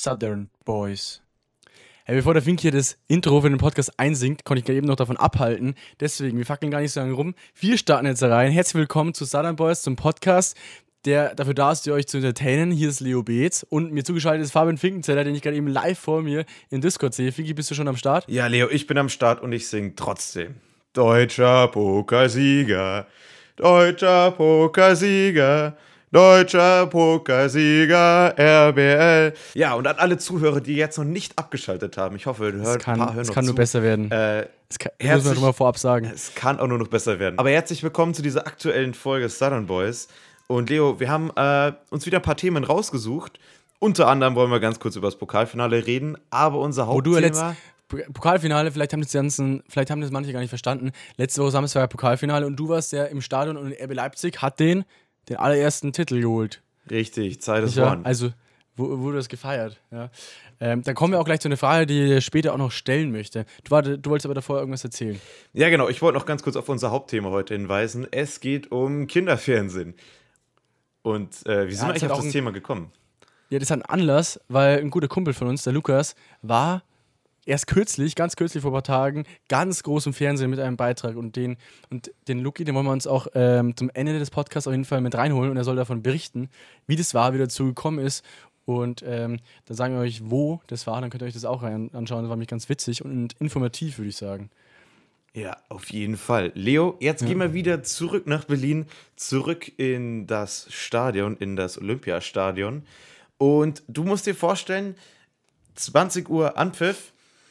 Southern Boys. Hey, bevor der Fink hier das Intro für den Podcast einsingt, konnte ich gerade eben noch davon abhalten. Deswegen, wir fackeln gar nicht so lange rum. Wir starten jetzt rein. Herzlich willkommen zu Southern Boys, zum Podcast, der dafür da ist, euch zu entertainen. Hier ist Leo Beetz und mir zugeschaltet ist Fabian Finkenzeller, den ich gerade eben live vor mir in Discord sehe. Finki, bist du schon am Start? Ja, Leo, ich bin am Start und ich singe trotzdem. Deutscher Pokalsieger, deutscher Pokalsieger, deutscher Pokalsieger, RBL. Ja, und an alle Zuhörer, die jetzt noch nicht abgeschaltet haben, ich hoffe, ein paar hören noch zu. Es kann nur besser werden. Das muss man schon mal vorab sagen. Es kann auch nur noch besser werden. Aber herzlich willkommen zu dieser aktuellen Folge Southern Boys. Und Leo, wir haben uns wieder ein paar Themen rausgesucht. Unter anderem wollen wir ganz kurz über das Pokalfinale reden, aber unser Hauptthema... Pokalfinale, vielleicht haben das manche gar nicht verstanden. Letzte Woche Samstag war ja Pokalfinale und du warst ja im Stadion und RB Leipzig hat den allerersten Titel geholt. Richtig, Zeit ist one. Also wurde das gefeiert. Ja. Dann kommen wir auch gleich zu einer Frage, die ich später auch noch stellen möchte. Du wolltest aber davor irgendwas erzählen. Ja, genau. Ich wollte noch ganz kurz auf unser Hauptthema heute hinweisen. Es geht um Kinderfernsehen. Und wie sind wir eigentlich auf das Thema gekommen? Ja, das hat einen Anlass, weil ein guter Kumpel von uns, der Lukas, war erst ganz kürzlich vor ein paar Tagen, ganz groß im Fernsehen mit einem Beitrag. Und den Luki, den wollen wir uns auch zum Ende des Podcasts auf jeden Fall mit reinholen. Und er soll davon berichten, wie das war, wie dazu gekommen ist. Und dann sagen wir euch, wo das war. Dann könnt ihr euch das auch anschauen. Das war nämlich ganz witzig und informativ, würde ich sagen. Ja, auf jeden Fall. Leo, jetzt gehen wir wieder zurück nach Berlin, zurück in das Stadion, in das Olympiastadion. Und du musst dir vorstellen, 20 Uhr Anpfiff,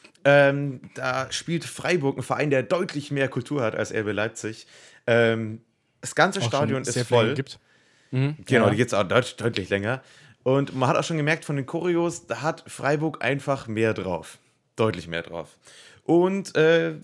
da spielt Freiburg, ein Verein, der deutlich mehr Kultur hat als RB Leipzig. Das ganze auch Stadion ist voll. Gibt. Genau, die gibt es auch deutlich länger. Und man hat auch schon gemerkt, von den Choreos, da hat Freiburg einfach mehr drauf. Deutlich mehr drauf. Und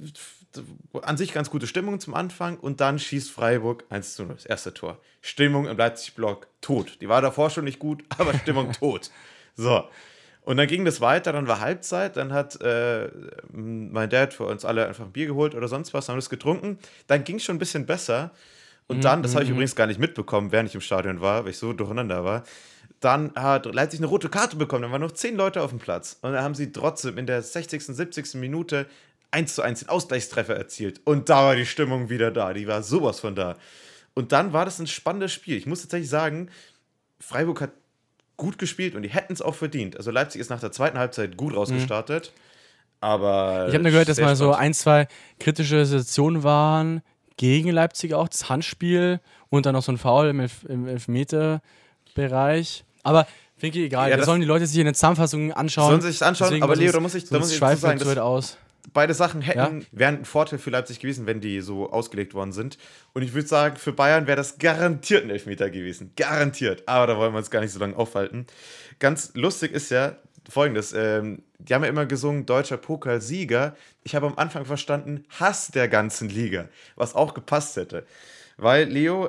an sich ganz gute Stimmung zum Anfang und dann schießt Freiburg 1:0, das erste Tor. Stimmung im Leipzig-Block tot. Die war davor schon nicht gut, aber Stimmung tot. So. Und dann ging das weiter, dann war Halbzeit, dann hat mein Dad für uns alle einfach ein Bier geholt oder sonst was, haben das getrunken. Dann ging es schon ein bisschen besser. Und dann, das habe ich übrigens gar nicht mitbekommen, während ich im Stadion war, weil ich so durcheinander war, dann hat Leipzig eine rote Karte bekommen, dann waren noch 10 Leute auf dem Platz. Und dann haben sie trotzdem in der 60., 70. Minute 1:1 den Ausgleichstreffer erzielt. Und da war die Stimmung wieder da, die war sowas von da. Und dann war das ein spannendes Spiel. Ich muss tatsächlich sagen, Freiburg hat gut gespielt und die hätten es auch verdient. Also Leipzig ist nach der zweiten Halbzeit gut rausgestartet, aber... Ich habe nur gehört, dass mal so 1-2 kritische Situationen waren gegen Leipzig auch, das Handspiel und dann noch so ein Foul im Elfmeterbereich. Aber Finki, egal, da sollen die Leute sich in der Zusammenfassung anschauen. Sollen sich das anschauen, deswegen, aber Leo, da muss ich sagen, dass beide Sachen wären ein Vorteil für Leipzig gewesen, wenn die so ausgelegt worden sind. Und ich würde sagen, für Bayern wäre das garantiert ein Elfmeter gewesen. Garantiert. Aber da wollen wir uns gar nicht so lange aufhalten. Ganz lustig ist ja Folgendes. Die haben ja immer gesungen, deutscher Pokalsieger. Ich habe am Anfang verstanden, Hass der ganzen Liga. Was auch gepasst hätte. Weil, Leo,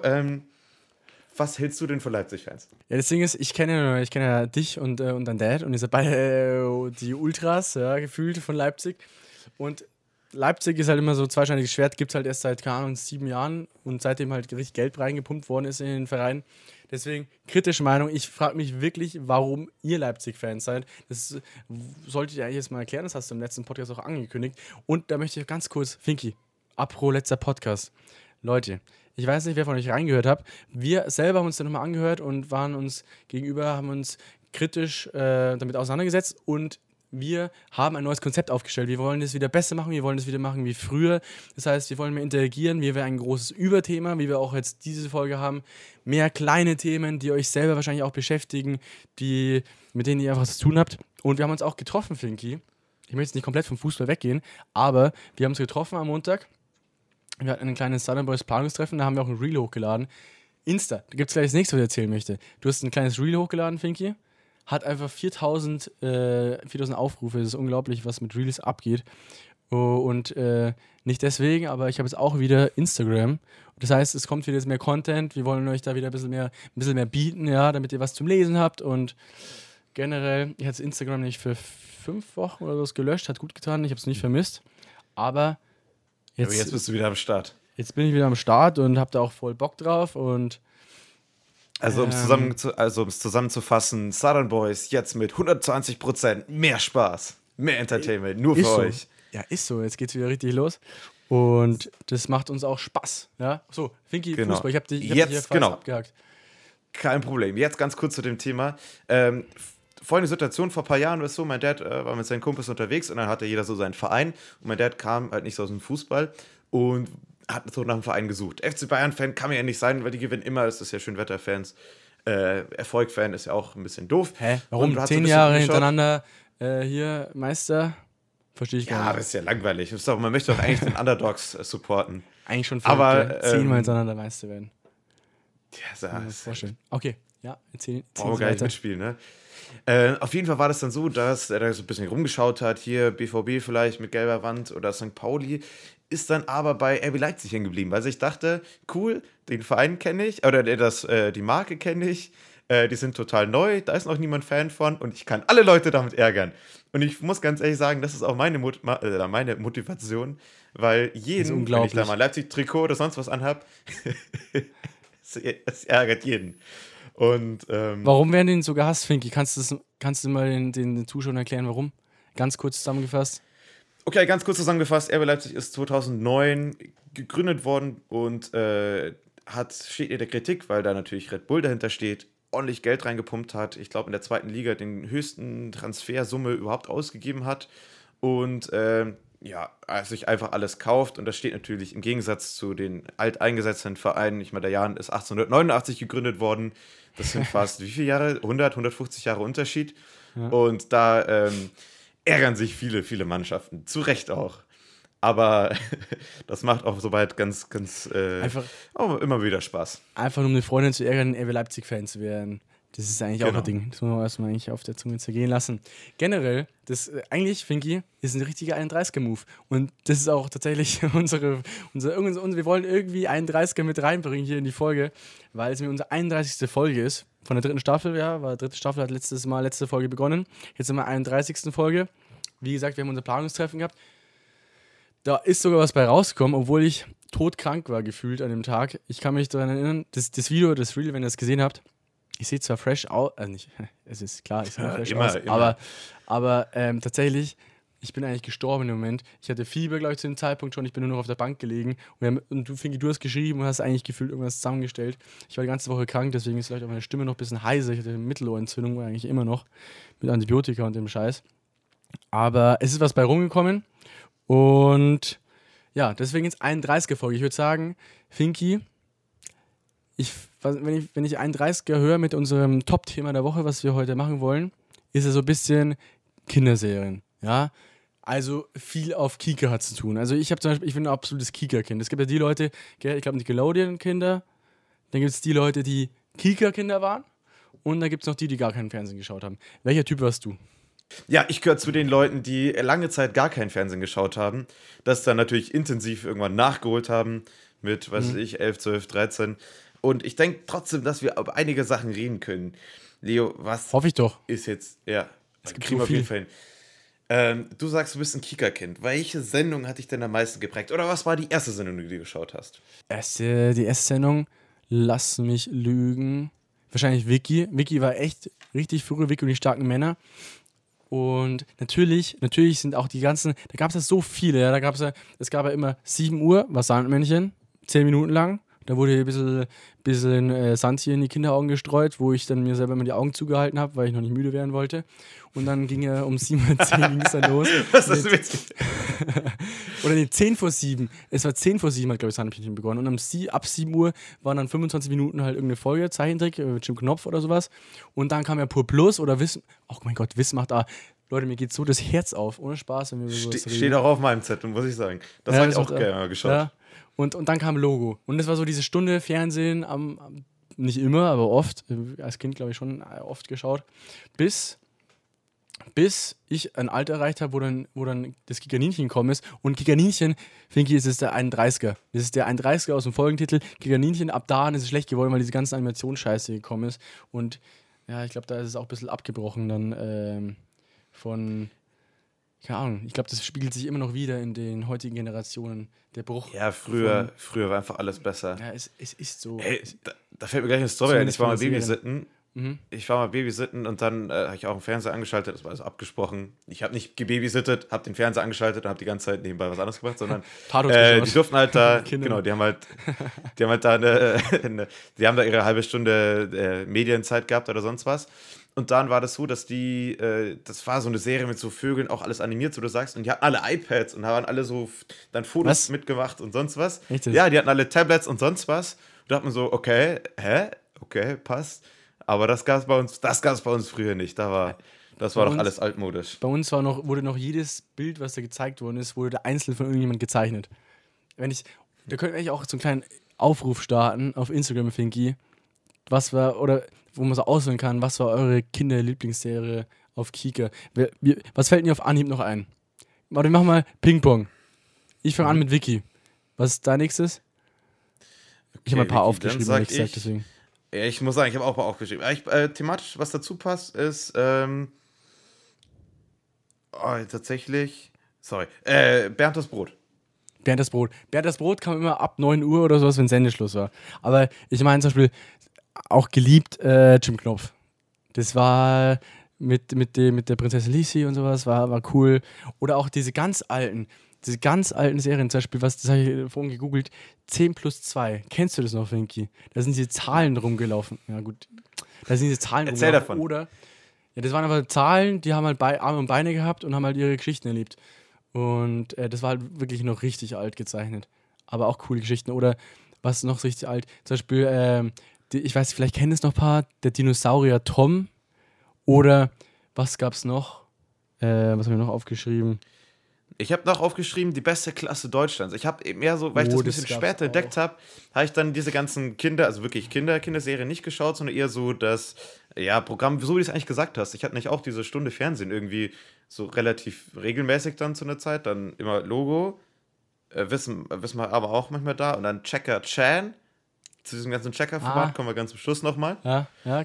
was hältst du denn für Leipzig-Fans? Ja, das Ding ist, ich kenne ja dich und dein Dad und ihr seid beide die Ultras, gefühlt von Leipzig. Und Leipzig ist halt immer so zweischneidiges Schwert, gibt es halt erst seit, keine Ahnung, 7 Jahren und seitdem halt richtig Geld reingepumpt worden ist in den Verein. Deswegen kritische Meinung, ich frage mich wirklich, warum ihr Leipzig-Fans seid. Das sollte ich eigentlich jetzt mal erklären, das hast du im letzten Podcast auch angekündigt. Und da möchte ich ganz kurz, Finki, apropos letzter Podcast. Leute, ich weiß nicht, wer von euch reingehört hat. Wir selber haben uns dann nochmal angehört und waren uns gegenüber, haben uns kritisch damit auseinandergesetzt und wir haben ein neues Konzept aufgestellt. Wir wollen das wieder besser machen, wir wollen das wieder machen wie früher. Das heißt, wir wollen mehr interagieren, wir werden ein großes Überthema, wie wir auch jetzt diese Folge haben. Mehr kleine Themen, die euch selber wahrscheinlich auch beschäftigen, mit denen ihr einfach was zu tun habt. Und wir haben uns auch getroffen, Finki. Ich möchte jetzt nicht komplett vom Fußball weggehen, aber wir haben uns getroffen am Montag. Wir hatten ein kleines Southern Boys Planungstreffen, da haben wir auch ein Reel hochgeladen. Insta, da gibt es gleich das nächste, was ich erzählen möchte. Du hast ein kleines Reel hochgeladen, Finki. Hat einfach 4000 Aufrufe. Das ist unglaublich, was mit Reels abgeht. Und nicht deswegen, aber ich habe jetzt auch wieder Instagram. Das heißt, es kommt wieder jetzt mehr Content. Wir wollen euch da wieder ein bisschen mehr bieten, ja, damit ihr was zum Lesen habt. Und generell, ich hatte Instagram nicht für 5 Wochen oder so gelöscht, hat gut getan, ich habe es nicht vermisst. Aber jetzt bist du wieder am Start. Jetzt bin ich wieder am Start und habe da auch voll Bock drauf und Um es zusammenzufassen, Southern Boys jetzt mit 120% mehr Spaß, mehr Entertainment, nur für euch. Ja, ist so. Jetzt geht's wieder richtig los. Und das macht uns auch Spaß. Ja? So, Finki, Genau. Fußball. Ich hab dich Jetzt, hier fast genau. abgehakt. Kein Problem. Jetzt ganz kurz zu dem Thema. Folgende Situation, vor ein paar Jahren war es so, mein Dad war mit seinen Kumpels unterwegs und dann hatte jeder so seinen Verein und mein Dad kam halt nicht so aus dem Fußball und hat so nach einem Verein gesucht. FC Bayern-Fan kann man ja nicht sein, weil die gewinnen immer, das ist ja Schönwetter-Fans. Erfolg-Fan ist ja auch ein bisschen doof. Hä? Warum? Und du hast 10 so ein Jahre bisschen geschaut. hintereinander hier Meister? Verstehe ich Ja, gar das nicht. ist ja langweilig. Man möchte doch eigentlich den Underdogs supporten. Eigentlich schon Aber, verrückt, 10 Mal hintereinander Meister werden. Ja, Kann ich mir vorstellen. Okay, ja, erzähl brauchen wir gar nicht weiter. mitspielen, ne? Auf jeden Fall war das dann so, dass er da so ein bisschen rumgeschaut hat, hier BVB vielleicht mit gelber Wand oder St. Pauli, ist dann aber bei RB Leipzig hängen geblieben, weil ich dachte, cool, den Verein kenne ich, oder die Marke kenne ich, die sind total neu, da ist noch niemand Fan von und ich kann alle Leute damit ärgern. Und ich muss ganz ehrlich sagen, das ist auch meine Motivation, weil Das ist wenn ich unglaublich. da mal Leipzig-Trikot oder sonst was anhab, es ärgert jeden. Und Warum werden die so gehasst, Finki? Kannst du mal den Zuschauern erklären, warum? Ganz kurz zusammengefasst. okay, ganz kurz zusammengefasst, RB Leipzig ist 2009 gegründet worden und steht in der Kritik, weil da natürlich Red Bull dahinter steht, ordentlich Geld reingepumpt hat, ich glaube in der zweiten Liga den höchsten Transfersumme überhaupt ausgegeben hat und sich einfach alles kauft und das steht natürlich im Gegensatz zu den alteingesetzten Vereinen, ich meine, der Jan ist 1889 gegründet worden, das sind fast wie viele Jahre? 100, 150 Jahre Unterschied und da ärgern sich viele, viele Mannschaften, zu Recht auch. Aber das macht auch soweit ganz auch immer wieder Spaß. Einfach nur um eine Freundin zu ärgern, RB Leipzig-Fan zu werden. Das ist eigentlich auch Genau. ein Ding. Das muss man erstmal eigentlich auf der Zunge zergehen lassen. Generell, eigentlich, Finki, ist ein richtiger 31er-Move. Und das ist auch tatsächlich wir wollen irgendwie 31er mit reinbringen hier in die Folge, weil es mir unsere 31. Folge ist. Von der dritten Staffel, dritte Staffel hat letzte Folge begonnen. Jetzt sind wir 31. Folge. Wie gesagt, wir haben unser Planungstreffen gehabt. Da ist sogar was bei rausgekommen, obwohl ich todkrank war gefühlt an dem Tag. Ich kann mich daran erinnern, das Video, das Reel, wenn ihr es gesehen habt, ich sehe zwar fresh aus, es ist klar, ich sehe fresh aus, aber tatsächlich, ich bin eigentlich gestorben im Moment. Ich hatte Fieber, glaube ich, zu dem Zeitpunkt schon. Ich bin nur noch auf der Bank gelegen. Und du, Finki, du hast geschrieben und hast eigentlich gefühlt irgendwas zusammengestellt. Ich war die ganze Woche krank, deswegen ist vielleicht auch meine Stimme noch ein bisschen heiser. Ich hatte eine Mittelohrentzündung, eigentlich immer noch, mit Antibiotika und dem Scheiß. Aber es ist was bei rumgekommen. Und ja, deswegen jetzt 31er-Folge. Ich würde sagen, Finki, wenn ich 31er höre mit unserem Top-Thema der Woche, was wir heute machen wollen, ist es so ein bisschen Kinderserien. Ja, also viel auf Kika hat zu tun. Also ich bin ein absolutes Kika-Kind. Es gibt ja die Leute, ich glaube Nickelodeon-Kinder, dann gibt es die Leute, die Kika-Kinder waren und dann gibt es noch die gar keinen Fernsehen geschaut haben. Welcher Typ warst du? Ja, ich gehöre zu den Leuten, die lange Zeit gar kein Fernsehen geschaut haben, das dann natürlich intensiv irgendwann nachgeholt haben mit, 11, 12, 13. Und ich denke trotzdem, dass wir über einige Sachen reden können. Leo, was Hoffe ich doch. ist jetzt, ja, Es gibt kriegen so wir auf jeden viel. Fall hin. Du sagst, du bist ein Kika-Kind. Welche Sendung hat dich denn am meisten geprägt? Oder was war die erste Sendung, die du geschaut hast? Die erste Sendung, lass mich lügen. Wahrscheinlich Vicky. Vicky war echt richtig früh, Vicky und die starken Männer. Und natürlich sind auch die ganzen, da gab es ja so viele, ja, es gab ja immer 7 Uhr, war Sandmännchen, 10 Minuten lang. Da wurde hier ein bisschen Sand hier in die Kinderaugen gestreut, wo ich dann mir selber immer die Augen zugehalten habe, weil ich noch nicht müde werden wollte. Und dann ging er um 7:10 Uhr ging es dann los. Was ist das witzig? Oder nee, 10 vor 7. Es war 10 vor 7, hat, glaube ich, Sandmännchen begonnen. Und ab 7 Uhr waren dann 25 Minuten halt irgendeine Folge, Zeichentrick, mit Jim Knopf oder sowas. Und dann kam ja Pur Plus oder Wissen. Oh mein Gott, Wissen macht da. Leute, mir geht so das Herz auf, ohne Spaß, wenn wir über sowas reden. Steht auch auf meinem Zettel, muss ich sagen. Das Ja, habe ich das auch macht- gerne mal geschaut. Ja. Und dann kam Logo. Und das war so diese Stunde Fernsehen, nicht immer, aber oft, als Kind glaube ich schon oft geschaut, bis ich ein Alter erreicht habe, wo dann das Giganinchen gekommen ist. Und Giganinchen, Finki, ist es der 31er. Das ist der 31er aus dem Folgentitel. Giganinchen, ab da ist es schlecht geworden, weil diese ganze Animationsscheiße gekommen ist. Und ja, ich glaube, da ist es auch ein bisschen abgebrochen dann von... Keine Ahnung, ich glaube, das spiegelt sich immer noch wieder in den heutigen Generationen, der Bruch. Ja, früher war einfach alles besser. Ja, es ist so. Ey, Da fällt mir gleich eine Story ein. Zumindest Ich war von mal der Serie. babysitten. Ich war mal babysitten und dann habe ich auch einen Fernseher angeschaltet, das war also abgesprochen. Ich habe nicht gebabysittet, habe den Fernseher angeschaltet und habe die ganze Zeit nebenbei was anderes gemacht, sondern Tatort die geschaut. durften halt da, Kinder. genau, die haben halt da die haben da ihre halbe Stunde Medienzeit gehabt oder sonst was. Und dann war das so, dass das war so eine Serie mit so Vögeln, auch alles animiert, so du sagst, und die hatten alle iPads und haben alle so dann Fotos Was? mitgemacht und sonst was. Echt jetzt? Ja, die hatten alle Tablets und sonst was. Und da hat man so, okay, okay, passt. Aber das gab es bei uns früher nicht. Das war doch uns- alles altmodisch. Bei uns wurde noch jedes Bild, was da gezeigt worden ist, wurde da einzeln von irgendjemand gezeichnet. Da könnten wir eigentlich auch so einen kleinen Aufruf starten auf Instagram, Finky. Oder wo man so auswählen kann, was war eure Kinderlieblingsserie auf Kika? Was fällt dir auf Anhieb noch ein? Warte, wir machen mal Ping-Pong. Ich fange an mit Vicky. Was ist dein nächstes? Ich habe mal ein paar Vicky, aufgeschrieben, dann ehrlich sag gesagt, ich- deswegen. Ja, ich muss sagen, ich habe auch ein paar aufgeschrieben. Thematisch, was dazu passt, ist tatsächlich, sorry, Bernd das Brot. Bernd das Brot. Bernd das Brot kam immer ab 9 Uhr oder sowas, wenn Sendeschluss war. Aber ich meine zum Beispiel auch geliebt Jim Knopf. Das war mit der Prinzessin Lisi und sowas, war cool. Oder auch diese ganz alten Serien, zum Beispiel, das habe ich vorhin gegoogelt, 10+2. Kennst du das noch, Winky? Da sind diese Zahlen rumgelaufen. Ja, gut. Da sind diese Zahlen Erzähl rumgelaufen. davon. Oder, ja, das waren aber Zahlen, die haben halt Arme und Beine gehabt und haben halt ihre Geschichten erlebt. Und das war halt wirklich noch richtig alt gezeichnet. Aber auch coole Geschichten. Oder was noch richtig alt? Zum Beispiel, ich weiß, vielleicht kennen es noch ein paar, der Dinosaurier Tom. Oder was gab's noch? Was haben wir noch aufgeschrieben? Ich habe noch aufgeschrieben, die beste Klasse Deutschlands. Ich habe eben eher so, weil ich das ein das bisschen gab's später entdeckt habe, habe ich dann diese ganzen also wirklich Kinderserien nicht geschaut, sondern eher so das Programm, so wie du es eigentlich gesagt hast. Ich hatte nicht auch diese Stunde Fernsehen irgendwie so relativ regelmäßig dann zu einer Zeit, dann immer Logo, wissen wir aber auch manchmal da und dann Checker Chan. Zu diesem ganzen Checker-Format kommen wir ganz zum Schluss nochmal. Ja, Und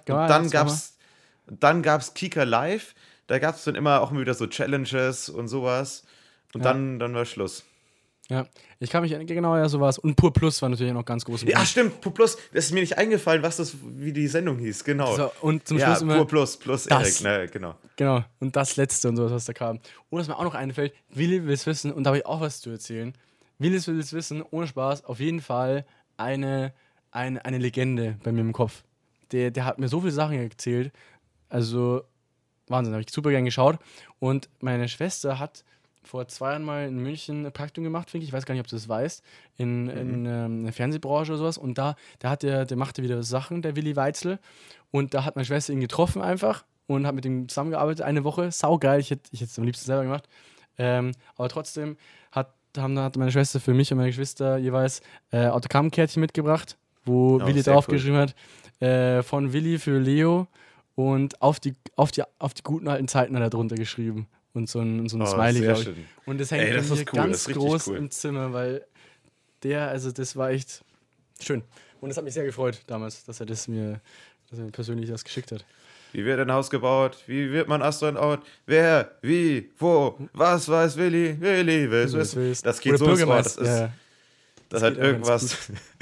dann gab's Kika Live. Da gab es dann immer auch wieder so Challenges und sowas. Und dann war Schluss. Ja, ich kann mich genau, ja, sowas. Und Pur Plus war natürlich noch ganz groß. im Ja, Punkt. stimmt, Pur Plus. Das ist mir nicht eingefallen, wie die Sendung hieß. Genau. So, und zum ja, Schluss immer. Pur plus das. Erik, ne, genau. Genau, und das Letzte und sowas, was da kam. Und was mir auch noch einfällt, Willi will's wissen, und da habe ich auch was zu erzählen. Willi will's wissen, ohne Spaß, auf jeden Fall eine Legende bei mir im Kopf. Der hat mir so viele Sachen erzählt, also Wahnsinn, habe ich super gern geschaut. Und meine Schwester hat vor 2 Jahren mal in München ein Praktikum gemacht, finde ich. Ich weiß gar nicht, ob du das weißt, in der Fernsehbranche oder sowas. Und da der machte wieder Sachen, der Willi Weitzel. Und da hat meine Schwester ihn getroffen einfach und hat mit ihm zusammengearbeitet, eine Woche. Saugeil, ich hätte es am liebsten selber gemacht. Aber trotzdem hat meine Schwester für mich und meine Geschwister jeweils Autogrammkärtchen mitgebracht, wo Willi sehr draufgeschrieben hat, von Willi für Leo. Und auf die guten alten Zeiten hat er drunter geschrieben. Und so ein Smiley, sehr glaube ich. schön. Und das hängt das bei ist mir cool, das ganz ist richtig groß cool. im Zimmer, weil das war echt schön. Und das hat mich sehr gefreut damals, dass er mir persönlich das geschickt hat. Wie wird ein Haus gebaut? Wie wird man Astronaut? Wer? Wie? Wo? Was weiß Willi? Willi will's wissen. Das geht Oder so ins Ohr. Bürgermeister. Das Das hat geht auch ganz irgendwas.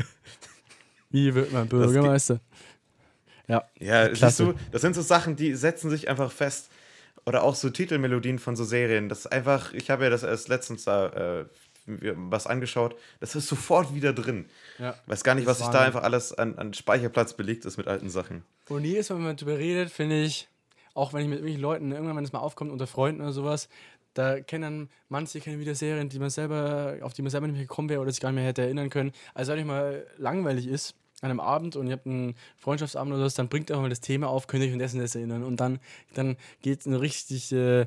Wie wird man Bürgermeister? Ja, Ja, klasse. siehst du, das sind so Sachen, die setzen sich einfach fest. Oder auch so Titelmelodien von so Serien. Das ist einfach, ich habe ja das erst letztens da was angeschaut. Das ist sofort wieder drin. Ja. Weiß gar nicht, Das was sich ist da Wahnsinn. einfach alles an Speicherplatz belegt ist mit alten Sachen. Und jedes Mal, wenn man darüber redet, finde ich, auch wenn ich mit irgendwelchen Leuten, irgendwann, wenn es mal aufkommt, unter Freunden oder sowas, da kennen manche wieder Serien, auf die man selber nicht mehr gekommen wäre oder sich gar nicht mehr hätte erinnern können. Also wenn euch mal langweilig ist an einem Abend und ihr habt einen Freundschaftsabend oder so, dann bringt einfach mal das Thema auf, könnt ihr euch an das erinnern. Und dann geht eine richtige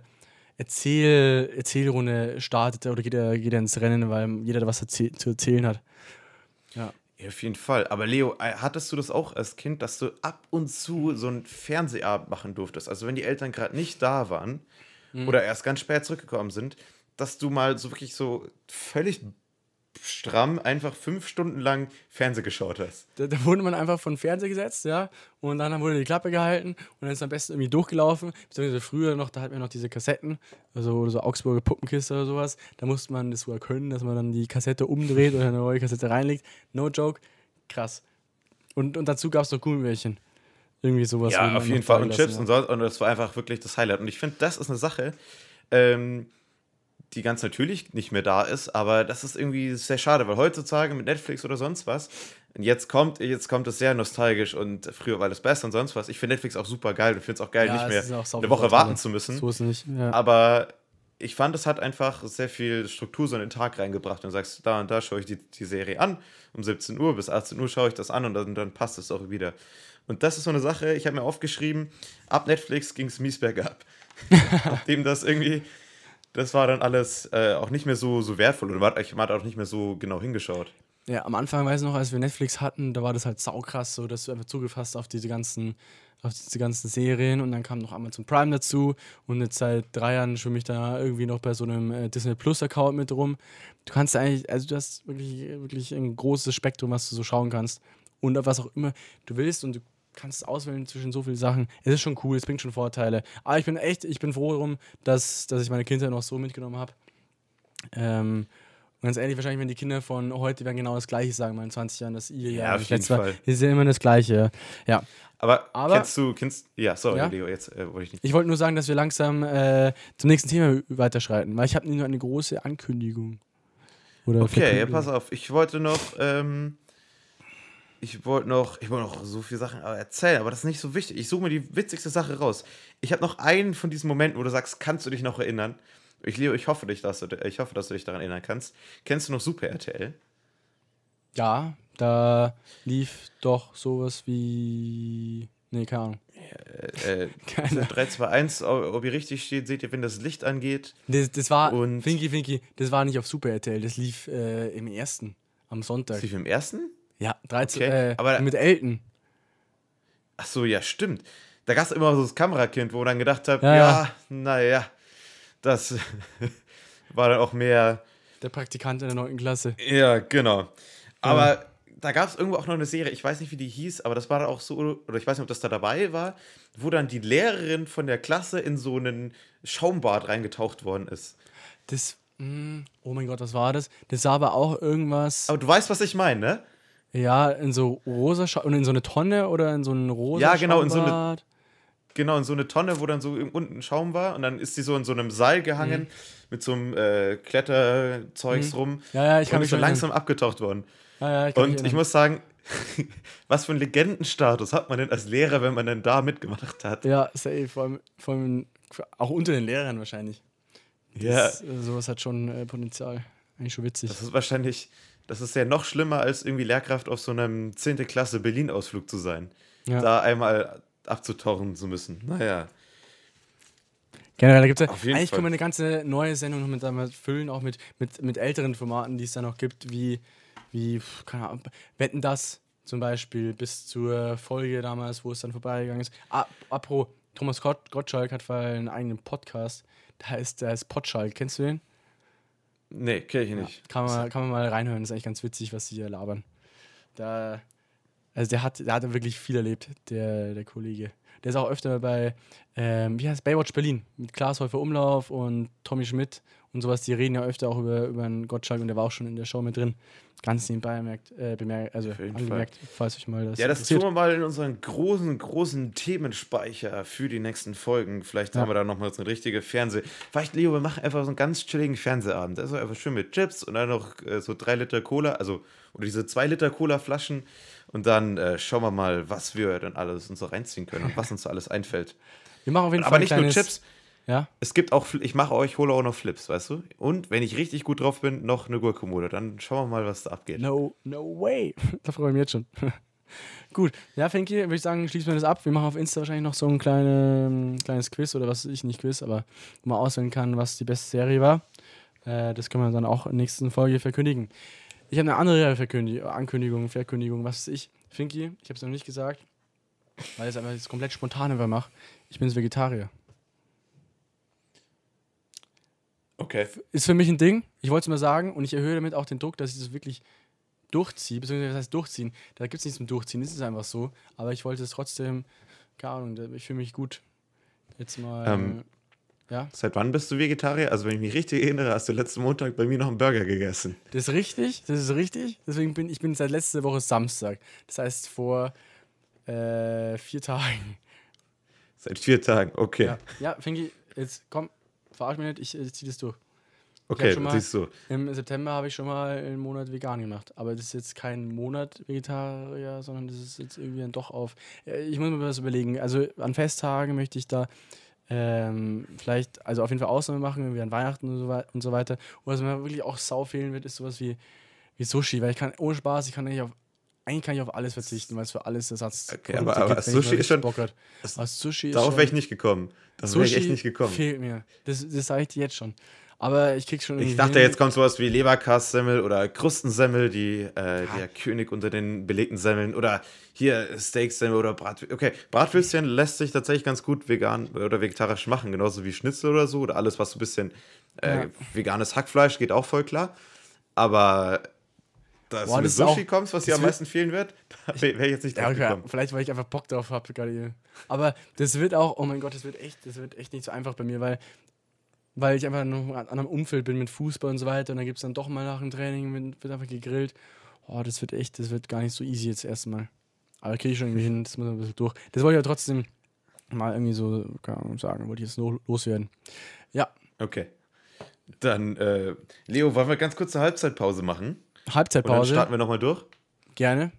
Erzählrunde startet oder geht er ins Rennen, weil jeder da was zu erzählen hat. Ja. Ja, auf jeden Fall. Aber Leo, hattest du das auch als Kind, dass du ab und zu so einen Fernsehabend machen durftest? Also wenn die Eltern gerade nicht da waren oder erst ganz spät zurückgekommen sind, dass du mal so wirklich so völlig stramm einfach 5 Stunden lang Fernseh geschaut hast. Da wurde man einfach von Fernseher gesetzt, ja, und dann wurde die Klappe gehalten und dann ist am besten irgendwie durchgelaufen. Beziehungsweise früher noch, da hatten wir noch diese Kassetten, also so Augsburger Puppenkiste oder sowas. Da musste man das sogar können, dass man dann die Kassette umdreht oder eine neue Kassette reinlegt. No joke, krass. Und dazu gab es noch Gummibärchen. Irgendwie sowas. Ja, auf jeden Fall. Und Chips ja. und so. Und das war einfach wirklich das Highlight. Und ich finde, das ist eine Sache, die ganz natürlich nicht mehr da ist, aber das ist irgendwie sehr schade, weil heutzutage mit Netflix oder sonst was, und jetzt kommt es sehr nostalgisch und früher war das besser und sonst was. Ich finde Netflix auch super geil und finde es auch geil, nicht mehr eine Woche warten zu müssen. So ist es nicht. Ja. Aber ich fand, es hat einfach sehr viel Struktur so in den Tag reingebracht und sagst, da und da schaue ich die Serie an, um 17 Uhr bis 18 Uhr schaue ich das an und dann passt es auch wieder. Und das ist so eine Sache, ich habe mir aufgeschrieben, ab Netflix ging es mies bergab. Nachdem das war dann alles auch nicht mehr so wertvoll oder ich habe auch nicht mehr so genau hingeschaut. Ja, am Anfang, weiß ich noch, als wir Netflix hatten, da war das halt saukrass, so dass du einfach zugefasst auf diese ganzen Serien und dann kam noch Amazon Prime dazu und jetzt seit 3 Jahren schwimme ich da irgendwie noch bei so einem Disney Plus Account mit rum. Du kannst eigentlich, also du hast wirklich ein großes Spektrum, was du so schauen kannst und auf was auch immer du willst und du kannst auswählen zwischen so vielen Sachen. Es ist schon cool, es bringt schon Vorteile. Aber ich bin froh darum, dass ich meine Kindheit noch so mitgenommen habe. Und ganz ehrlich, wahrscheinlich, wenn die Kinder von heute werden genau das Gleiche sagen, mal in 20 Jahren, dass ihr Ja, auf jeden Fall. Ist ja immer das Gleiche. Ja. Aber ja, sorry, ja? Leo, jetzt wollte ich nicht. Ich wollte nur sagen, dass wir langsam zum nächsten Thema weiterschreiten, weil ich habe nur eine große Ankündigung. Okay, ja, pass auf. Ich wollte noch so viele Sachen erzählen, aber das ist nicht so wichtig. Ich suche mir die witzigste Sache raus. Ich habe noch einen von diesen Momenten, wo du sagst, kannst du dich noch erinnern? Leo, ich hoffe, dass du dich daran erinnern kannst. Kennst du noch Super RTL? Ja, da lief doch sowas wie... Nee, keine Ahnung. 3, 2, 1, ob ihr richtig steht, seht ihr, wenn das Licht angeht. Das war, Finky, das war nicht auf Super RTL, das lief im ersten, am Sonntag. Das lief im ersten? Ja, 13, okay, aber mit Elton. Ach so, ja, stimmt. Da gab es immer so das Kamerakind, wo man dann gedacht hat, naja, das war dann auch mehr... Der Praktikant in der 9. Klasse. Ja, genau. Aber da gab es irgendwo auch noch eine Serie, ich weiß nicht, wie die hieß, aber das war dann auch so, oder ich weiß nicht, ob das da dabei war, wo dann die Lehrerin von der Klasse in so einen Schaumbad reingetaucht worden ist. Oh mein Gott, was war das? Das war aber auch irgendwas... Aber du weißt, was ich meine, ne? Ja, in so rosa und in so eine Tonne oder in so einen rosa genau, in so eine Tonne, wo dann so unten Schaum war und dann ist sie so in so einem Seil gehangen mit so einem Kletterzeugs rum. Ja, ich kann und mich ist so langsam abgetaucht worden. Ja, ich muss sagen, was für einen Legendenstatus hat man denn als Lehrer, wenn man denn da mitgemacht hat? Ja, safe, vor allem auch unter den Lehrern wahrscheinlich. Sowas hat schon Potenzial. Eigentlich schon witzig. Das ist ja noch schlimmer, als irgendwie Lehrkraft auf so einem 10. Klasse Berlin-Ausflug zu sein. Ja. Da einmal abzutauchen zu müssen. Naja. Generell gibt es eigentlich können wir eine ganze neue Sendung noch mit füllen, auch mit älteren Formaten, die es da noch gibt, wie keine Ahnung, Wetten, das zum Beispiel, bis zur Folge damals, wo es dann vorbeigegangen ist. Apropos, Thomas Gottschalk hat einen eigenen Podcast, der heißt Potschalk, kennst du den? Nee, kenn ich nicht. Ja, kann man mal reinhören, das ist eigentlich ganz witzig, was die da labern. Der hat wirklich viel erlebt, der Kollege. Der ist auch öfter bei, Baywatch Berlin, mit Klaas Häufer Umlauf und Tommy Schmidt und sowas. Die reden ja öfter auch über einen Gottschalk und der war auch schon in der Show mit drin. Ganz nebenbei angemerkt, falls euch mal das das tun wir mal in unseren großen Themenspeicher für die nächsten Folgen. Vielleicht haben wir da nochmal so eine richtige Vielleicht, Leo, wir machen einfach so einen ganz chilligen Fernsehabend. Das ist einfach schön mit Chips und dann noch so 3 Liter Cola, oder diese 2 Liter Cola-Flaschen. Und dann schauen wir mal, was wir dann alles uns so reinziehen können und was uns so alles einfällt. Wir machen auf jeden Fall aber nicht nur Chips. Ja? Es gibt auch, hole auch noch Flips, weißt du? Und wenn ich richtig gut drauf bin, noch eine Gurkenmode. Dann schauen wir mal, was da abgeht. No way. Da freue ich mich jetzt schon. Gut. Ja, Finky, würde ich sagen, schließen wir das ab. Wir machen auf Insta wahrscheinlich noch so ein kleines Quiz oder was ich nicht Quiz, aber wo man auswählen kann, was die beste Serie war. Das können wir dann auch in der nächsten Folge verkündigen. Ich habe eine andere Verkündigung, was weiß ich. Finky, ich habe es noch nicht gesagt, weil ich es einfach jetzt komplett spontan einfach mache. Ich bin Vegetarier. Okay. Ist für mich ein Ding, ich wollte es mal sagen und ich erhöhe damit auch den Druck, dass ich das wirklich durchziehe, beziehungsweise was heißt durchziehen? Da gibt es nichts zum Durchziehen, das ist einfach so, aber ich wollte es trotzdem, keine Ahnung, ich fühle mich gut. Jetzt mal... Ja. Seit wann bist du Vegetarier? Also wenn ich mich richtig erinnere, hast du letzten Montag bei mir noch einen Burger gegessen. Das ist richtig. Deswegen bin ich seit letzter Woche Samstag. Das heißt vor 4 Tagen. Seit 4 Tagen, okay. Ja, Finki, jetzt komm, verarsch mich nicht, ich zieh das durch. Okay, siehst du. Im September habe ich schon mal einen Monat vegan gemacht. Aber das ist jetzt kein Monat Vegetarier, sondern das ist jetzt irgendwie dann doch auf. Ich muss mir was überlegen. Also an Festtagen möchte ich da vielleicht, also auf jeden Fall Ausnahme machen, irgendwie an Weihnachten und so weiter. Und was mir wirklich auch sau fehlen wird, ist sowas wie Sushi. Weil ich kann, ohne Spaß, eigentlich kann ich auf alles verzichten, weil es für alles Ersatz Okay, aber Sushi ist schon. Bock hat. Aber Sushi ist Darauf schon, wäre ich nicht gekommen. Das wäre ich echt nicht gekommen. fehlt mir. Das sage ich dir jetzt schon. Aber ich krieg's schon Ich irgendwie dachte, hin. jetzt kommt sowas wie Leberkassemmel oder Krustensemmel, der König unter den belegten Semmeln. Oder hier Steaksemmel oder Bratwürstchen. Okay, Bratwürstchen lässt sich tatsächlich ganz gut vegan oder vegetarisch machen. Genauso wie Schnitzel oder so. Oder alles, was so ein bisschen veganes Hackfleisch, geht auch voll klar. Aber dass du mit Sushi kommst, was dir am meisten fehlen wird, da wäre ich jetzt nicht drauf gekommen. Vielleicht, weil ich einfach Bock drauf habe gerade hier. Aber das wird auch, oh mein Gott, das wird echt nicht so einfach bei mir, weil ich einfach noch an einem Umfeld bin mit Fußball und so weiter und dann gibt es dann doch mal nach dem Training, wird einfach gegrillt. Oh, das wird gar nicht so easy jetzt erstmal. Aber kriege ich schon irgendwie hin, das muss ein bisschen durch. Das wollte ich ja trotzdem mal irgendwie so, keine Ahnung, sagen, wollte ich jetzt loswerden. Ja. Okay. Dann, Leo, wollen wir ganz kurz eine Halbzeitpause machen? Halbzeitpause. Und dann starten wir nochmal durch? Gerne.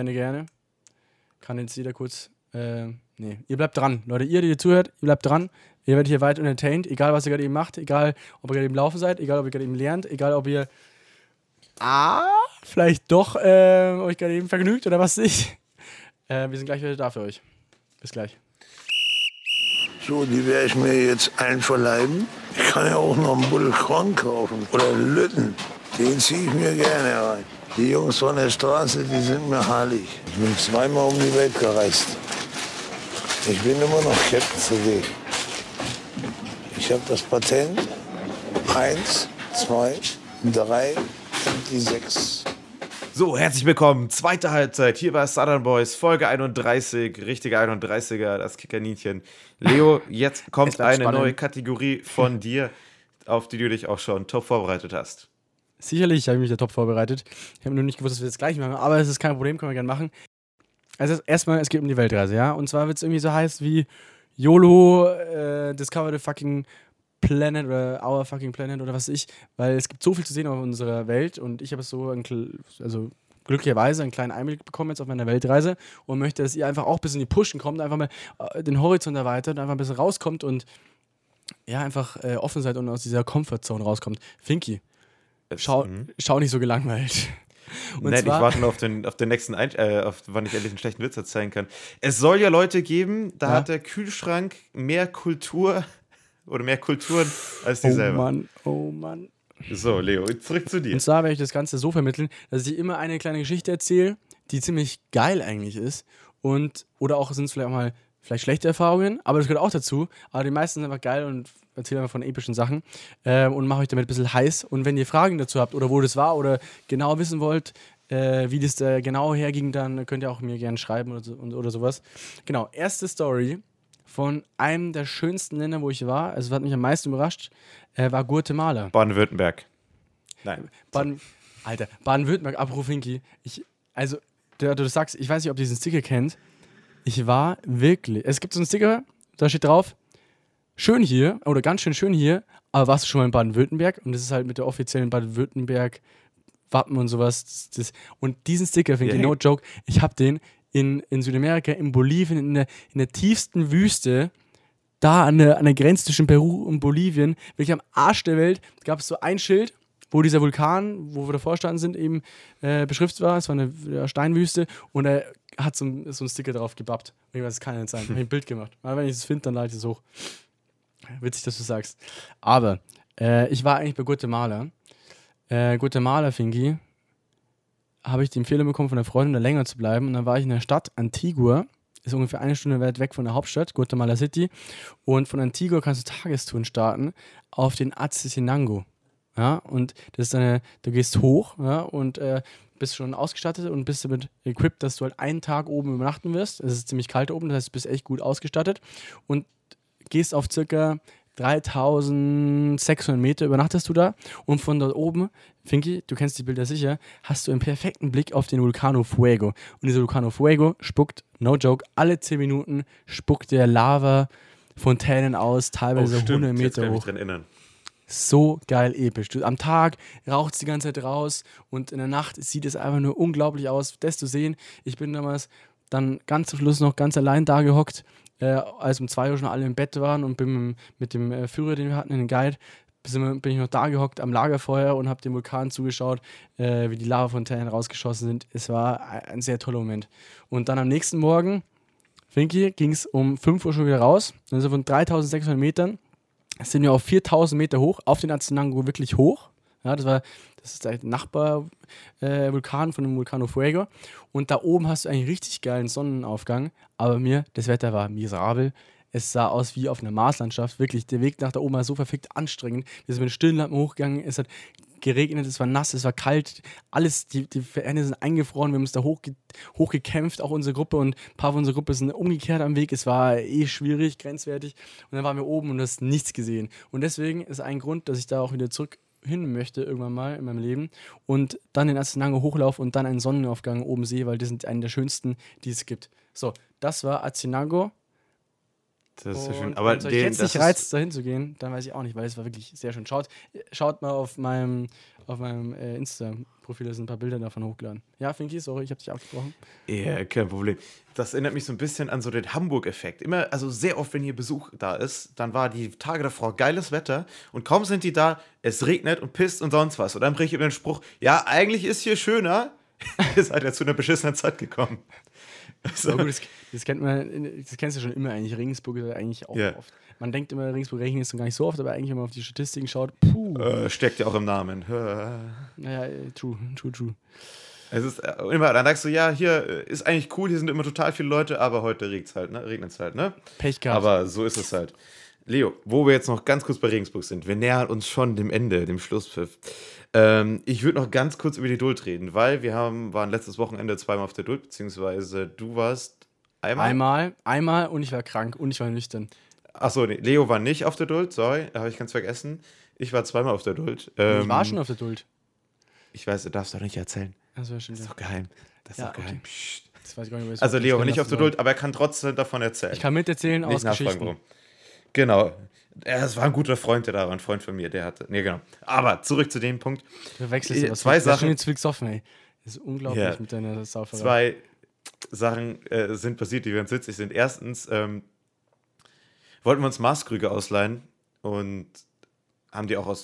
Kann jetzt jeder kurz, nee, ihr bleibt dran. Leute, die ihr zuhört, ihr bleibt dran. Ihr werdet hier weit entertained, egal was ihr gerade eben macht, egal ob ihr gerade eben laufen seid, egal ob ihr gerade eben lernt, egal ob ihr vielleicht doch euch gerade eben vergnügt oder was weiß ich. Wir sind gleich wieder da für euch. Bis gleich. So, die werde ich mir jetzt einverleiben. Ich kann ja auch noch einen Buddel Korn kaufen oder Lütten. Den ziehe ich mir gerne rein. Die Jungs von der Straße, die sind mir heilig. Ich bin zweimal um die Welt gereist. Ich bin immer noch Captain CD. Ich habe das Patent. 1, 2, 3 und die 6. So, herzlich willkommen. Zweite Halbzeit hier bei Southern Boys, Folge 31, richtige 31er, das Kickerninchen. Leo, jetzt kommt eine neue Kategorie von dir, auf die du dich auch schon top vorbereitet hast. Sicherlich habe ich mich da top vorbereitet. Ich habe nur nicht gewusst, dass wir das gleich machen, aber es ist kein Problem, können wir gerne machen. Also erstmal, es geht um die Weltreise, ja? Und zwar wird es irgendwie so heiß wie YOLO, Discover the fucking Planet oder Our fucking Planet oder was weiß ich, weil es gibt so viel zu sehen auf unserer Welt und ich habe so glücklicherweise einen kleinen Einblick bekommen jetzt auf meiner Weltreise und möchte, dass ihr einfach auch ein bisschen in die Pushen kommt, einfach mal den Horizont erweitert und einfach ein bisschen rauskommt und ja, einfach offen seid und aus dieser Comfortzone rauskommt. Finki, schau nicht so gelangweilt. Und Nett, ich warte noch auf den nächsten, wann ich endlich einen schlechten Witz erzählen kann. Es soll ja Leute geben, da hat der Kühlschrank mehr Kultur oder mehr Kulturen als die selber. Oh Mann. So, Leo, zurück zu dir. Und zwar werde ich das Ganze so vermitteln, dass ich immer eine kleine Geschichte erzähle, die ziemlich geil eigentlich ist. Oder auch sind es vielleicht auch mal schlechte Erfahrungen, aber das gehört auch dazu. Aber die meisten sind einfach geil und erzähle einfach von epischen Sachen und mache euch damit ein bisschen heiß. Und wenn ihr Fragen dazu habt oder wo das war oder genau wissen wollt, wie das genau herging, dann könnt ihr auch mir gerne schreiben oder sowas. Genau, erste Story von einem der schönsten Länder, wo ich war, also hat mich am meisten überrascht, war Guatemala. Baden-Württemberg. Nein. Baden-Württemberg, apropos Finki. Du sagst, ich weiß nicht, ob ihr diesen Sticker kennt. Ich war wirklich, es gibt so einen Sticker, da steht drauf, schön hier, oder ganz schön hier, aber warst du schon mal in Baden-Württemberg? Und das ist halt mit der offiziellen Baden-Württemberg-Wappen und sowas. Und diesen Sticker, Finki, no joke, ich hab den in Südamerika, in Bolivien, in der tiefsten Wüste, da an der Grenze zwischen Peru und Bolivien, wirklich am Arsch der Welt, gab es so ein Schild, wo dieser Vulkan, wo wir davor standen sind, eben beschriftet war. Es war eine Steinwüste und er hat so ein Sticker drauf gebappt. Ich weiß, das kann ja nicht sein. Ich habe ein Bild gemacht. Aber wenn ich es finde, dann lade ich es hoch. Witzig, dass du sagst. Aber ich war eigentlich bei Guatemala. Guatemala, Fingi, habe ich die Empfehlung bekommen von der Freundin, da länger zu bleiben. Und dann war ich in der Stadt Antigua. Ist ungefähr 1 Stunde weit weg von der Hauptstadt, Guatemala City. Und von Antigua kannst du Tagestouren starten auf den Atzichinango. Ja, und das ist du gehst hoch, ja, und bist schon ausgestattet und bist damit equipped, dass du halt einen Tag oben übernachten wirst. Es ist ziemlich kalt oben, das heißt, du bist echt gut ausgestattet und gehst auf circa 3600 Meter übernachtest du da und von dort oben, Finki, du kennst die Bilder sicher, hast du einen perfekten Blick auf den Vulcano Fuego. Und dieser Vulcano Fuego spuckt, no joke, alle 10 Minuten spuckt der Lava Fontänen aus, teilweise 100 Jetzt Meter kann ich mich hoch. dran erinnern. So geil episch. Am Tag raucht es die ganze Zeit raus und in der Nacht sieht es einfach nur unglaublich aus, das zu sehen. Ich bin damals dann ganz zum Schluss noch ganz allein da gehockt, als um 2 Uhr schon alle im Bett waren und bin mit dem Führer, den wir hatten, in den Guide, bin ich noch da gehockt am Lagerfeuer und habe dem Vulkan zugeschaut, wie die Lavafontänen rausgeschossen sind. Es war ein sehr toller Moment. Und dann am nächsten Morgen, Finki, ging es um 5 Uhr schon wieder raus. Also von 3600 Metern sind wir auf 4000 Meter hoch, auf den Azinango wirklich hoch. Ja, das ist der Nachbarvulkan von dem Vulcano Fuego. Und da oben hast du einen richtig geilen Sonnenaufgang. Aber das Wetter war miserabel. Es sah aus wie auf einer Marslandschaft. Wirklich, der Weg nach da oben war so verfickt anstrengend. Wir sind mit Stirnlampen hochgegangen. Es hat geregnet, es war nass, es war kalt. Alles, die Erde sind eingefroren. Wir haben uns da hochgekämpft, auch unsere Gruppe. Und ein paar von unserer Gruppe sind umgekehrt am Weg. Es war schwierig, grenzwertig. Und dann waren wir oben und du hast nichts gesehen. Und deswegen ist ein Grund, dass ich da auch wieder zurück hin möchte irgendwann mal in meinem Leben und dann den Azinango hochlaufe und dann einen Sonnenaufgang oben sehe, weil das sind einen der schönsten, die es gibt. So, das war Azinango. Das ist ja schön. Und Aber wenn es euch jetzt nicht reizt, da hinzugehen, dann weiß ich auch nicht, weil es war wirklich sehr schön. Schaut mal auf meinem Insta-Profil, da sind ein paar Bilder davon hochgeladen. Ja, Finki, sorry, ich habe dich abgebrochen. Ja, kein Problem. Das erinnert mich so ein bisschen an so den Hamburg-Effekt. Immer, also sehr oft, wenn hier Besuch da ist, dann war die Tage davor geiles Wetter und kaum sind die da, es regnet und pisst und sonst was. Und dann bringe ich über den Spruch, ja, eigentlich ist hier schöner. Ihr seid ja zu einer beschissenen Zeit gekommen. So. Gut, das kennst du schon immer eigentlich. Regensburg ist eigentlich auch oft. Man denkt immer, Regensburg regnet es gar nicht so oft, aber eigentlich, wenn man auf die Statistiken schaut, steckt ja auch im Namen. Naja, true. Es ist immer, dann sagst du, ja, hier ist eigentlich cool, hier sind immer total viele Leute, aber heute regnet es halt, ne? Pech gehabt. Aber so ist es halt. Leo, wo wir jetzt noch ganz kurz bei Regensburg sind, wir nähern uns schon dem Ende, dem Schlusspfiff. Ich würde noch ganz kurz über die Duld reden, weil waren letztes Wochenende zweimal auf der Duld, beziehungsweise du warst einmal? Einmal und ich war krank und ich war nüchtern. Achso, nee, Leo war nicht auf der Duld, sorry, habe ich ganz vergessen. Ich war zweimal auf der Duld. Ich war schon auf der Duld. Ich weiß, du darfst doch nicht erzählen. Das ist doch geheim. Das ist doch geheim. Okay. Das weiß ich gar nicht, was also Leo war nicht auf der Duld, aber er kann trotzdem davon erzählen. Ich kann miterzählen aus Geschichten. Warum. Genau. Es war ein guter Freund, der da war, ein Freund von mir, der hatte. Nee, genau. Aber zurück zu dem Punkt. Du wechselst was. Zwei Sachen. Das ist schon jetzt viel gesoffen, ey. Das ist unglaublich mit deiner Sauferei. Zwei Sachen sind passiert, die ganz witzig sind. Erstens wollten wir uns Maßkrüge ausleihen und haben die auch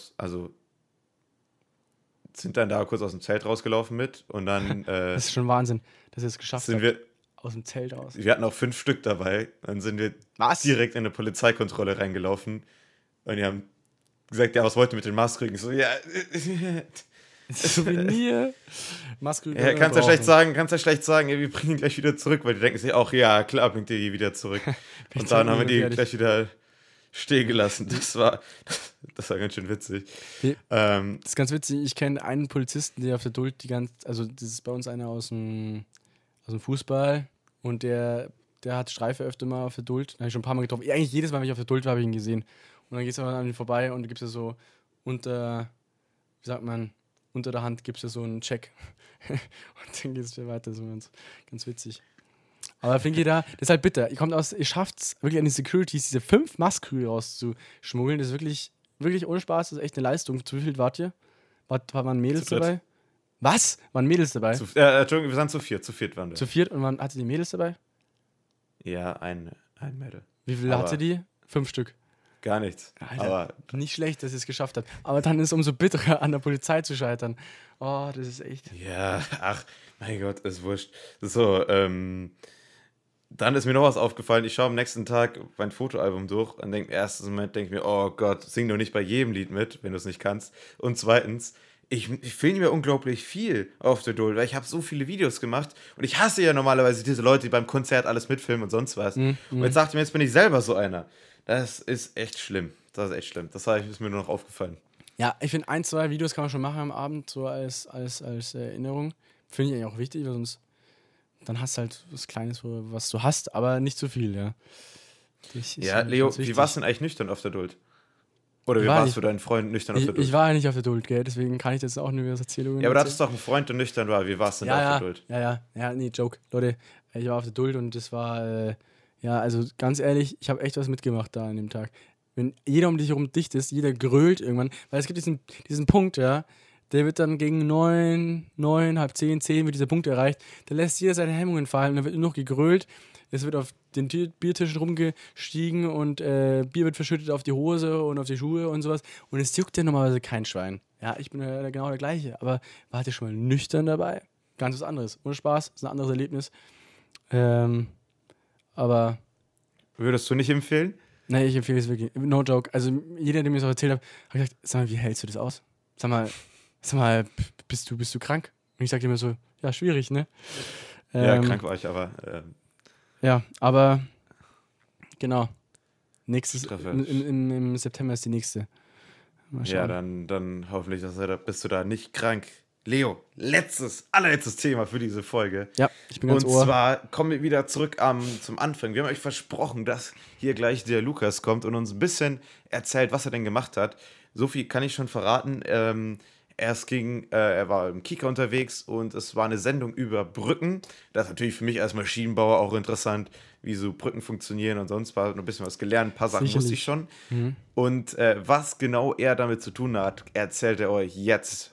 sind dann da kurz aus dem Zelt rausgelaufen mit und dann das ist schon Wahnsinn, dass ihr es geschafft habt. Wir aus dem Zelt raus. Wir hatten auch 5 Stück dabei. Dann sind wir direkt in eine Polizeikontrolle reingelaufen und die haben gesagt, ja, was wollt ihr mit den Maßkrügen? So, ja, Souvenir. Maßkrüge. Ja, kannst ja schlecht sagen, ja, wir bringen die gleich wieder zurück, weil die denken sich auch, ja, klar, bringt ihr die wieder zurück. Und dann haben wir die gleich wieder stehen gelassen. Das war ganz schön witzig. Das ist ganz witzig. Ich kenne einen Polizisten, der auf der Duld das ist bei uns einer aus dem Fußball und der hat Streife öfter mal auf der Duld. Da habe ich schon ein paar Mal getroffen. Eigentlich jedes Mal, wenn ich auf der Duld war, habe ich ihn gesehen. Und dann gehst du an ihm vorbei und du gibst ja so unter der Hand gibst du so einen Check. Und dann gehst du weiter. So ganz witzig. Aber finde ich das ist halt bitter. Ihr schafft es wirklich an die Securities, diese 5 Maßkrüge rauszuschmuggeln. Das ist wirklich, wirklich ohne Spaß. Das ist echt eine Leistung. Zu wie viel wart ihr? Waren Mädels dabei? Was? Waren Mädels dabei? Entschuldigung, wir sind zu viert waren wir. Zu viert und wann hatte die Mädels dabei? Ja, ein Mädel. Wie viele hatte die? 5 Stück. Gar nichts. Alter, aber nicht schlecht, dass ihr es geschafft habt. Aber dann ist es umso bitterer, an der Polizei zu scheitern. Oh, das ist echt... Ja, ach, mein Gott, ist wurscht. So, dann ist mir noch was aufgefallen. Ich schaue am nächsten Tag mein Fotoalbum durch und im ersten Moment denke ich mir, oh Gott, sing doch nicht bei jedem Lied mit, wenn du es nicht kannst. Und zweitens, ich filme mir unglaublich viel auf der Duld, weil ich habe so viele Videos gemacht und ich hasse ja normalerweise diese Leute, die beim Konzert alles mitfilmen und sonst was. Und jetzt dachte ich mir, jetzt bin ich selber so einer. Das ist echt schlimm. Das ist mir nur noch aufgefallen. Ja, ich finde, 1, 2 Videos kann man schon machen am Abend, so als Erinnerung. Finde ich eigentlich auch wichtig, weil sonst dann hast du halt was Kleines, was du hast, aber nicht zu viel, ja. Ja, Leo, wie warst du denn eigentlich nüchtern auf der Duld? Oder wie War warst nicht- du deinen Freund nüchtern auf der Ich Duld? war ja nicht auf der Duld, gell? Deswegen kann ich das auch nur aus Erzählungen Ja, aber du hattest erzählen. doch einen Freund, der nüchtern war. Wie warst du denn da auf der Duld? Nee, Joke. Leute, ich war auf der Duld und das war, ja, also ganz ehrlich, ich habe echt was mitgemacht da an dem Tag. Wenn jeder um dich herum dicht ist, jeder grölt irgendwann, weil es gibt diesen Punkt, ja, der wird dann gegen 9, halb 10 wird dieser Punkt erreicht, da lässt jeder seine Hemmungen fallen, dann wird nur noch gegrölt, es wird auf den Biertischen rumgestiegen und Bier wird verschüttet auf die Hose und auf die Schuhe und sowas und es juckt ja normalerweise kein Schwein. Ja, ich bin ja genau der gleiche, aber wart ihr schon mal nüchtern dabei? Ganz was anderes. Ohne Spaß, ist ein anderes Erlebnis. Aber, Würdest du nicht empfehlen? nee, ich empfehle es wirklich. No joke. Also, jeder, der mir das auch erzählt hat, hat gesagt, sag mal, wie hältst du das aus? Sag mal, bist du krank? Und ich sagte immer so, ja, schwierig, ne? Ja, krank war ich, aber Ja, aber, genau. Nächstes, Treffer. im September ist die nächste. Mal ja, schauen. dann hoffentlich bist du da nicht krank. Leo, allerletztes Thema für diese Folge. Ja, ich bin ganz Und ohr. zwar kommen wir wieder zurück zum Anfang. Wir haben euch versprochen, dass hier gleich der Lukas kommt und uns ein bisschen erzählt, was er denn gemacht hat. So viel kann ich schon verraten. Er war im Kika unterwegs und es war eine Sendung über Brücken. Das ist natürlich für mich als Maschinenbauer auch interessant, wie so Brücken funktionieren und sonst war noch ein bisschen was gelernt. Ein paar Sachen wusste ich schon. Und was genau er damit zu tun hat, erzählt er euch jetzt.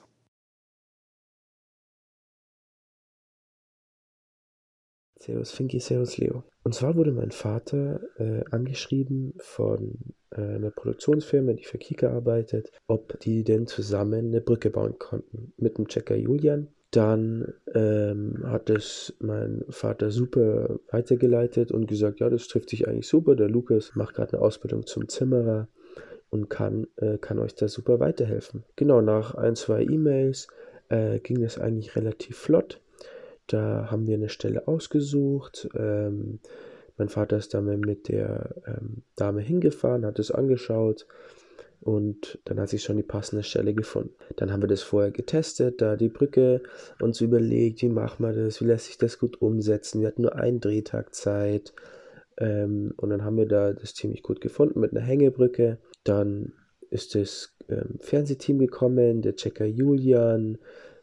Servus Finki, Servus Leo. Und zwar wurde mein Vater angeschrieben von einer Produktionsfirma, die für Kika arbeitet, ob die denn zusammen eine Brücke bauen konnten mit dem Checker Julian. Dann hat es mein Vater super weitergeleitet und gesagt, ja, das trifft sich eigentlich super. Der Lukas macht gerade eine Ausbildung zum Zimmerer und kann euch da super weiterhelfen. Genau, nach 1, 2 E-Mails ging das eigentlich relativ flott. Da haben wir eine Stelle ausgesucht. Mein Vater ist dann mit der Dame hingefahren, hat es angeschaut und dann hat sich schon die passende Stelle gefunden. Dann haben wir das vorher getestet, da die Brücke uns überlegt, wie machen wir das, wie lässt sich das gut umsetzen. Wir hatten nur einen Drehtag Zeit und dann haben wir da das ziemlich gut gefunden mit einer Hängebrücke. Dann ist das Fernsehteam gekommen, der Checker Julian,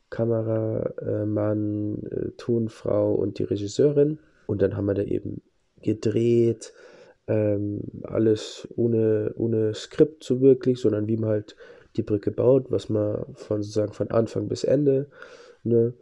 Kameramann, Tonfrau und die Regisseurin. Und dann haben wir da eben gedreht, alles ohne Skript so wirklich, sondern wie man halt die Brücke baut, was man sozusagen von Anfang bis Ende, ne?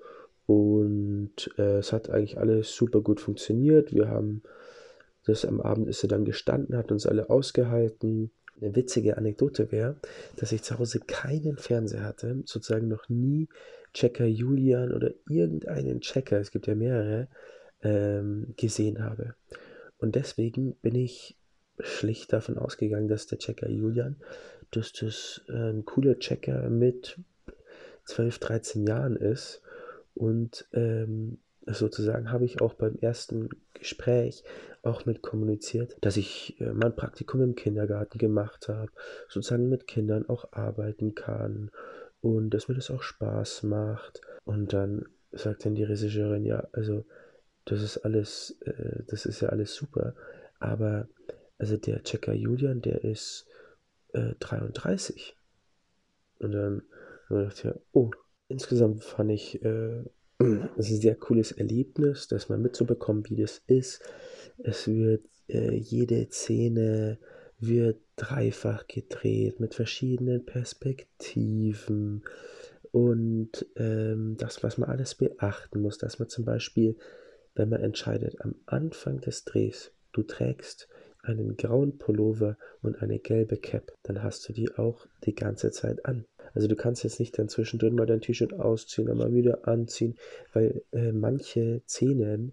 Und es hat eigentlich alles super gut funktioniert. Wir haben das am Abend ist er dann gestanden, hat uns alle ausgehalten. Eine witzige Anekdote wäre, dass ich zu Hause keinen Fernseher hatte, sozusagen noch nie Checker Julian oder irgendeinen Checker, es gibt ja mehrere, gesehen habe. Und deswegen bin ich schlicht davon ausgegangen, dass der Checker Julian, dass das ein cooler Checker mit 12, 13 Jahren ist. Und sozusagen habe ich auch beim ersten Gespräch auch mit kommuniziert, dass ich mein Praktikum im Kindergarten gemacht habe, sozusagen mit Kindern auch arbeiten kann und dass mir das auch Spaß macht. Und dann sagt dann die Regisseurin, ja, also das ist ja alles super, aber also der Checker Julian, der ist 33. Und dann dachte ich, ja, oh, insgesamt fand ich es ist ein sehr cooles Erlebnis, das mal mitzubekommen, wie das ist. Es wird jede Szene wird dreifach gedreht mit verschiedenen Perspektiven und das, was man alles beachten muss, dass man zum Beispiel, wenn man entscheidet, am Anfang des Drehs, du trägst einen grauen Pullover und eine gelbe Cap, dann hast du die auch die ganze Zeit an. Also du kannst jetzt nicht dann zwischendrin mal dein T-Shirt ausziehen, dann mal wieder anziehen, weil manche Szenen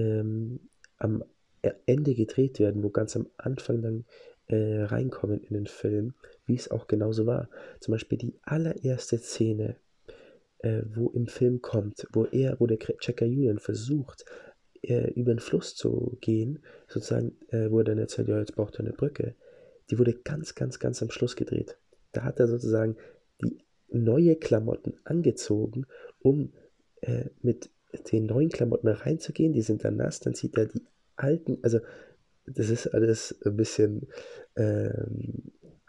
am Ende gedreht werden, wo ganz am Anfang dann reinkommen in den Film, wie es auch genauso war. Zum Beispiel die allererste Szene, wo im Film kommt, wo der Checker Julian versucht, über den Fluss zu gehen, sozusagen, wo er dann erzählt, ja, jetzt braucht er eine Brücke, die wurde ganz, ganz, ganz am Schluss gedreht. Da hat er sozusagen die neue Klamotten angezogen, um mit den neuen Klamotten reinzugehen, die sind dann nass, dann zieht er die alten, also das ist alles ein bisschen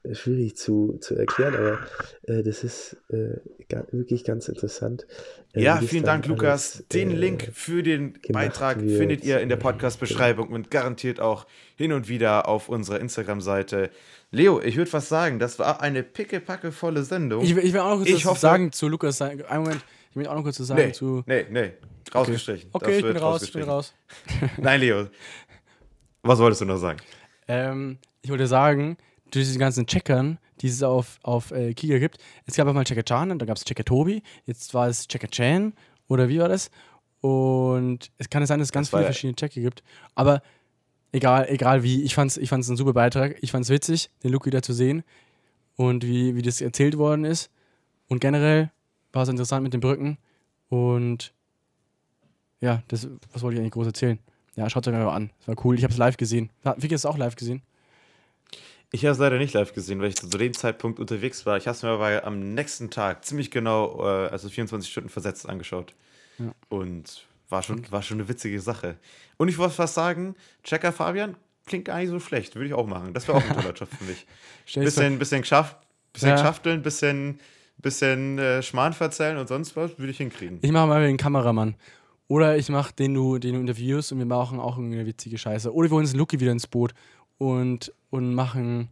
schwierig zu erklären, aber das ist wirklich ganz interessant. Ja, vielen Dank, Lukas. Den Link für den Beitrag findet ihr in der Podcast-Beschreibung und garantiert auch hin und wieder auf unserer Instagram-Seite. Leo, ich würde fast sagen, das war eine pickepackevolle Sendung. Ich will auch noch kurz was sagen zu Lukas. Einen Moment, ich will auch noch kurz was sagen zu... Nee, rausgestrichen. Okay, ich bin raus. Nein, Leo, was wolltest du noch sagen? Ich wollte sagen, durch diese ganzen Checkern, die es auf Kika gibt, es gab auch mal Checker Chan, dann gab es Checker Tobi, jetzt war es Checker Chan, oder wie war das? Und es kann sein, dass es ganz viele verschiedene Checker gibt, aber egal wie, ich fand's ein super Beitrag, ich fand's witzig, den Look wieder zu sehen und wie das erzählt worden ist und generell war es interessant mit den Brücken und ja, was wollte ich eigentlich groß erzählen? Ja, schaut es euch mal an, das war cool, ich habe es live gesehen. Vicky, hast du es auch live gesehen? Ich habe es leider nicht live gesehen, weil ich zu dem Zeitpunkt unterwegs war. Ich habe es mir aber am nächsten Tag ziemlich genau, also 24 Stunden versetzt angeschaut. Ja. Und war schon eine witzige Sache. Und ich wollte fast sagen, Checker Fabian klingt gar nicht so schlecht. Würde ich auch machen. Das wäre auch ein toller Job für mich. Bisschen schafteln, bisschen Schmarrn verzählen und sonst was würde ich hinkriegen. Ich mache mal den Kameramann. Oder ich mache den du interviewst und wir machen auch eine witzige Scheiße. Oder wir holen uns Luki wieder ins Boot und machen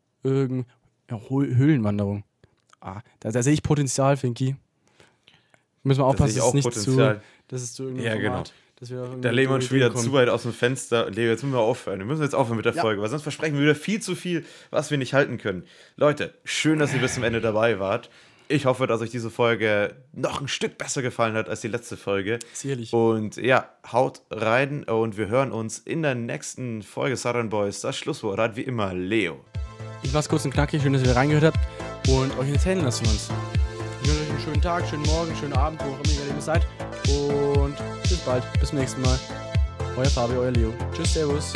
Höhlenwanderung. Da sehe ich Potenzial, Finky. Müssen wir aufpassen, dass es nicht Potenzial. Das ist zu irgendeinem Ja, Format, genau. dass wir Da lehnen wir uns schon wieder zu weit aus dem Fenster. Leo, jetzt müssen wir aufhören. Wir müssen jetzt aufhören mit der Folge, weil sonst versprechen wir wieder viel zu viel, was wir nicht halten können. Leute, schön, dass ihr bis zum Ende dabei wart. Ich hoffe, dass euch diese Folge noch ein Stück besser gefallen hat als die letzte Folge. Sicherlich. Und ja, haut rein und wir hören uns in der nächsten Folge Southern Boys. Das Schlusswort hat wie immer Leo. Ich mach's kurz und knackig, schön, dass ihr reingehört habt und euch erzählen lassen uns. Ich wünsche euch einen schönen Tag, schönen Morgen, schönen Abend, wo auch immer ihr seid. Und bis bald, bis zum nächsten Mal. Euer Fabio, euer Leo. Tschüss, servus.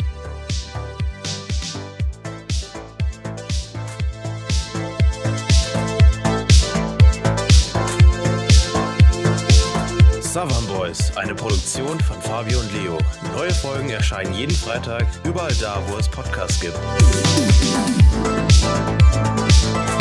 Southern Boys, eine Produktion von Fabio und Leo. Neue Folgen erscheinen jeden Freitag, überall da, wo es Podcasts gibt.